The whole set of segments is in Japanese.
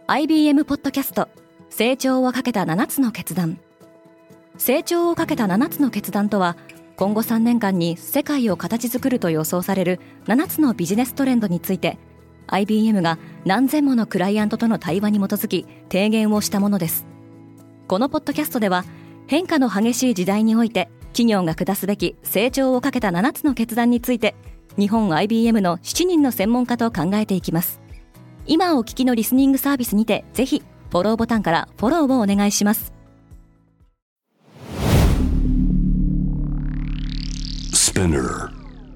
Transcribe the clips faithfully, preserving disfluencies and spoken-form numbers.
アイビーエム ポッドキャスト成長をかけたななつの決断。成長をかけたななつの決断とは、今後さんねんかんに世界を形作ると予想されるななつのビジネストレンドについて アイビーエム が何千ものクライアントとの対話に基づき提言をしたものです。このポッドキャストでは、変化の激しい時代において企業が下すべき成長をかけたななつの決断について、日本 アイビーエム のしちにんの専門家と考えていきます。今お聞きのリスニングサービスにて、ぜひフォローボタンからフォローをお願いします。 Spinner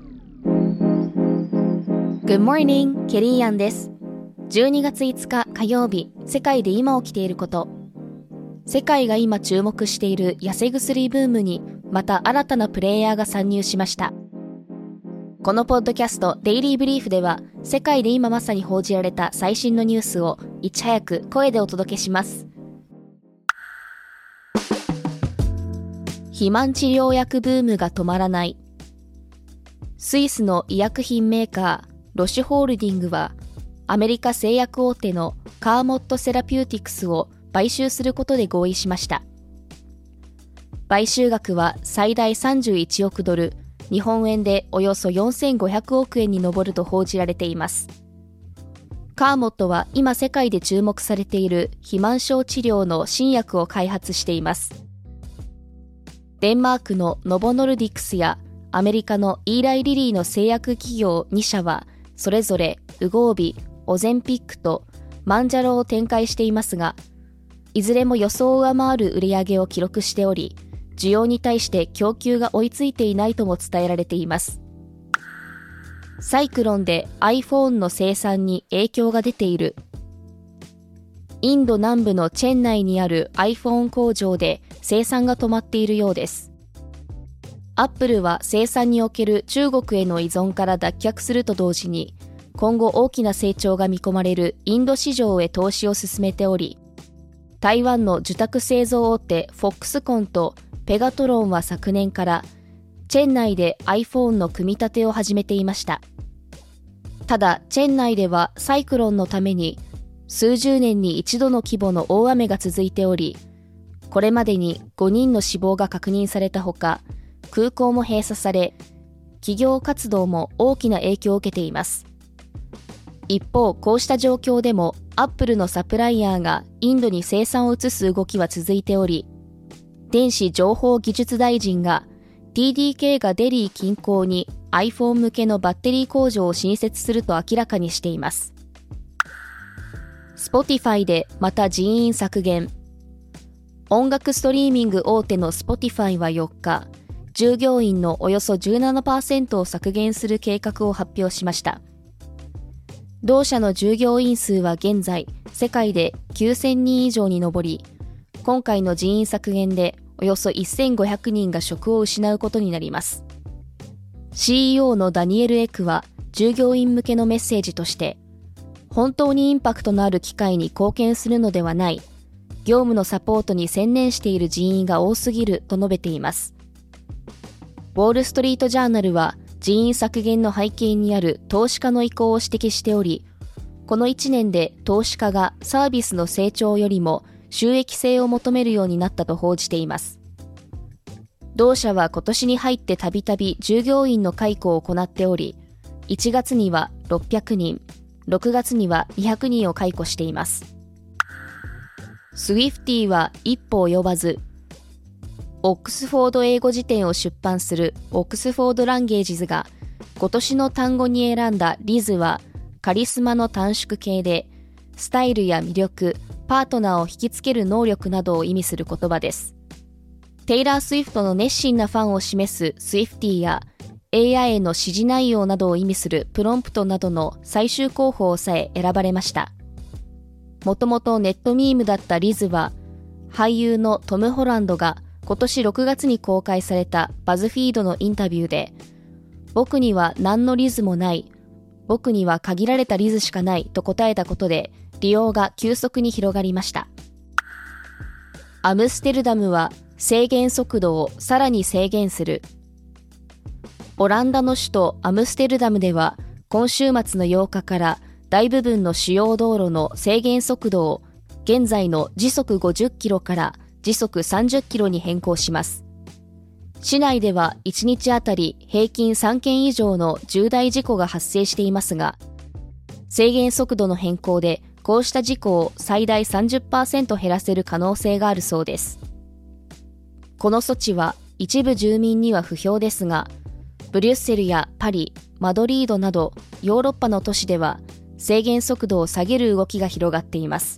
Good morning, ケリーアンです。じゅうにがついつか火曜日、世界で今起きていること。世界が今注目している痩せ薬ブームに、また新たなプレイヤーが参入しました。このポッドキャストデイリーブリーフでは、世界で今まさに報じられた最新のニュースをいち早く声でお届けします。肥満治療薬ブームが止まらない。スイスの医薬品メーカーロシュホールディングは、アメリカ製薬大手のカーモットセラピューティクスを買収することで合意しました。買収額は最大さんじゅういちおくドル、日本円でおよそよんせんごひゃくおくえんに上ると報じられています。カーモットは今世界で注目されている肥満症治療の新薬を開発しています。デンマークのノボノルディクスやアメリカのイーライリリーの製薬企業にしゃは、それぞれウゴービ、オゼンピックとマンジャロを展開していますが、いずれも予想を上回る売り上げを記録しており、需要に対して供給が追いついていないとも伝えられています。サイクロンで iPhone の生産に影響が出ている。インド南部のチェン内にある iPhone 工場で生産が止まっているようです。アップルは生産における中国への依存から脱却すると同時に、今後大きな成長が見込まれるインド市場へ投資を進めており、台湾の受託製造大手フォックスコンとペガトロンは昨年からチェン内で iPhone の組み立てを始めていました。ただチェン内ではサイクロンのために数十年に一度の規模の大雨が続いており、これまでにごにんの死亡が確認されたほか、空港も閉鎖され、企業活動も大きな影響を受けています。一方、こうした状況でもアップルのサプライヤーがインドに生産を移す動きは続いており、電子情報技術大臣が ティーディーケー がデリー近郊に iPhone 向けのバッテリー工場を新設すると明らかにしています。Spotify でまた人員削減。音楽ストリーミング大手の Spotify はよっか、従業員のおよそ じゅうななパーセント を削減する計画を発表しました。同社の従業員数は現在世界できゅうせんにん以上に上り、今回の人員削減でおよそせんごひゃくにんが職を失うことになります。シーイーオー のダニエル・エクは従業員向けのメッセージとして、本当にインパクトのある機会に貢献するのではない、業務のサポートに専念している人員が多すぎると述べています。ウォール・ストリート・ジャーナルは人員削減の背景にある投資家の意向を指摘しており、このいちねんで投資家がサービスの成長よりも収益性を求めるようになったと報じています。同社は今年に入ってたびたび従業員の解雇を行っており、いちがつにはろっぴゃくにん、ろくがつにはにひゃくにんを解雇しています。スウィフティは一歩及ばず。オックスフォード英語辞典を出版するオックスフォードランゲージズが、今年の単語に選んだリズはカリスマの短縮形で、スタイルや魅力、パートナーを引きつける能力などを意味する言葉です。テイラー・スウィフトの熱心なファンを示すスウィフティや エーアイ への指示内容などを意味するプロンプトなどの最終候補をさえ選ばれました。もともとネットミームだったリズは、俳優のトム・ホランドが今年ろくがつに公開されたバズフィードのインタビューで、僕には何のリズもない、僕には限られたリズしかないと答えたことで、利用が急速に広がりました。アムステルダムは制限速度をさらに制限する。オランダの首都アムステルダムでは今週末のようかから大部分の主要道路の制限速度を現在の時速ごじゅっキロから時速さんじゅっキロに変更します。市内ではいちにちあたり平均さんけん以上の重大事故が発生していますが、制限速度の変更でこうした事故を最大 さんじゅっパーセント 減らせる可能性があるそうです。この措置は一部住民には不評ですが、ブリュッセルやパリ、マドリードなどヨーロッパの都市では制限速度を下げる動きが広がっています。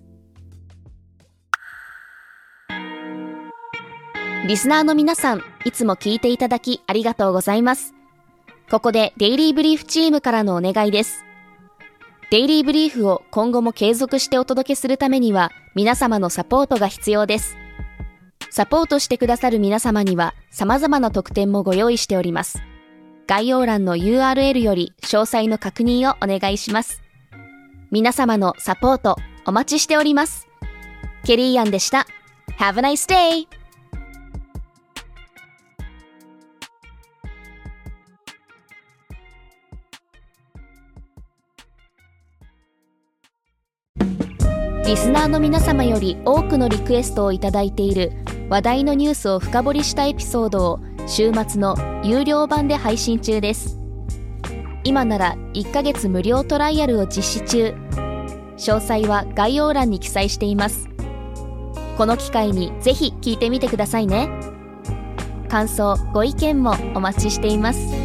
リスナーの皆さん、いつも聞いていただきありがとうございます。ここでデイリーブリーフチームからのお願いです。デイリーブリーフを今後も継続してお届けするためには皆様のサポートが必要です。サポートしてくださる皆様には様々な特典もご用意しております。概要欄の ユーアールエル より詳細の確認をお願いします。皆様のサポートお待ちしております。ケリーアンでした。Have a nice day! リスナーの皆様より多くのリクエストをいただいている話題のニュースを深掘りしたエピソードを週末の有料版で配信中です。今ならいっかげつ無料トライアルを実施中。詳細は概要欄に記載しています。この機会にぜひ聞いてみてくださいね。感想、ご意見もお待ちしています。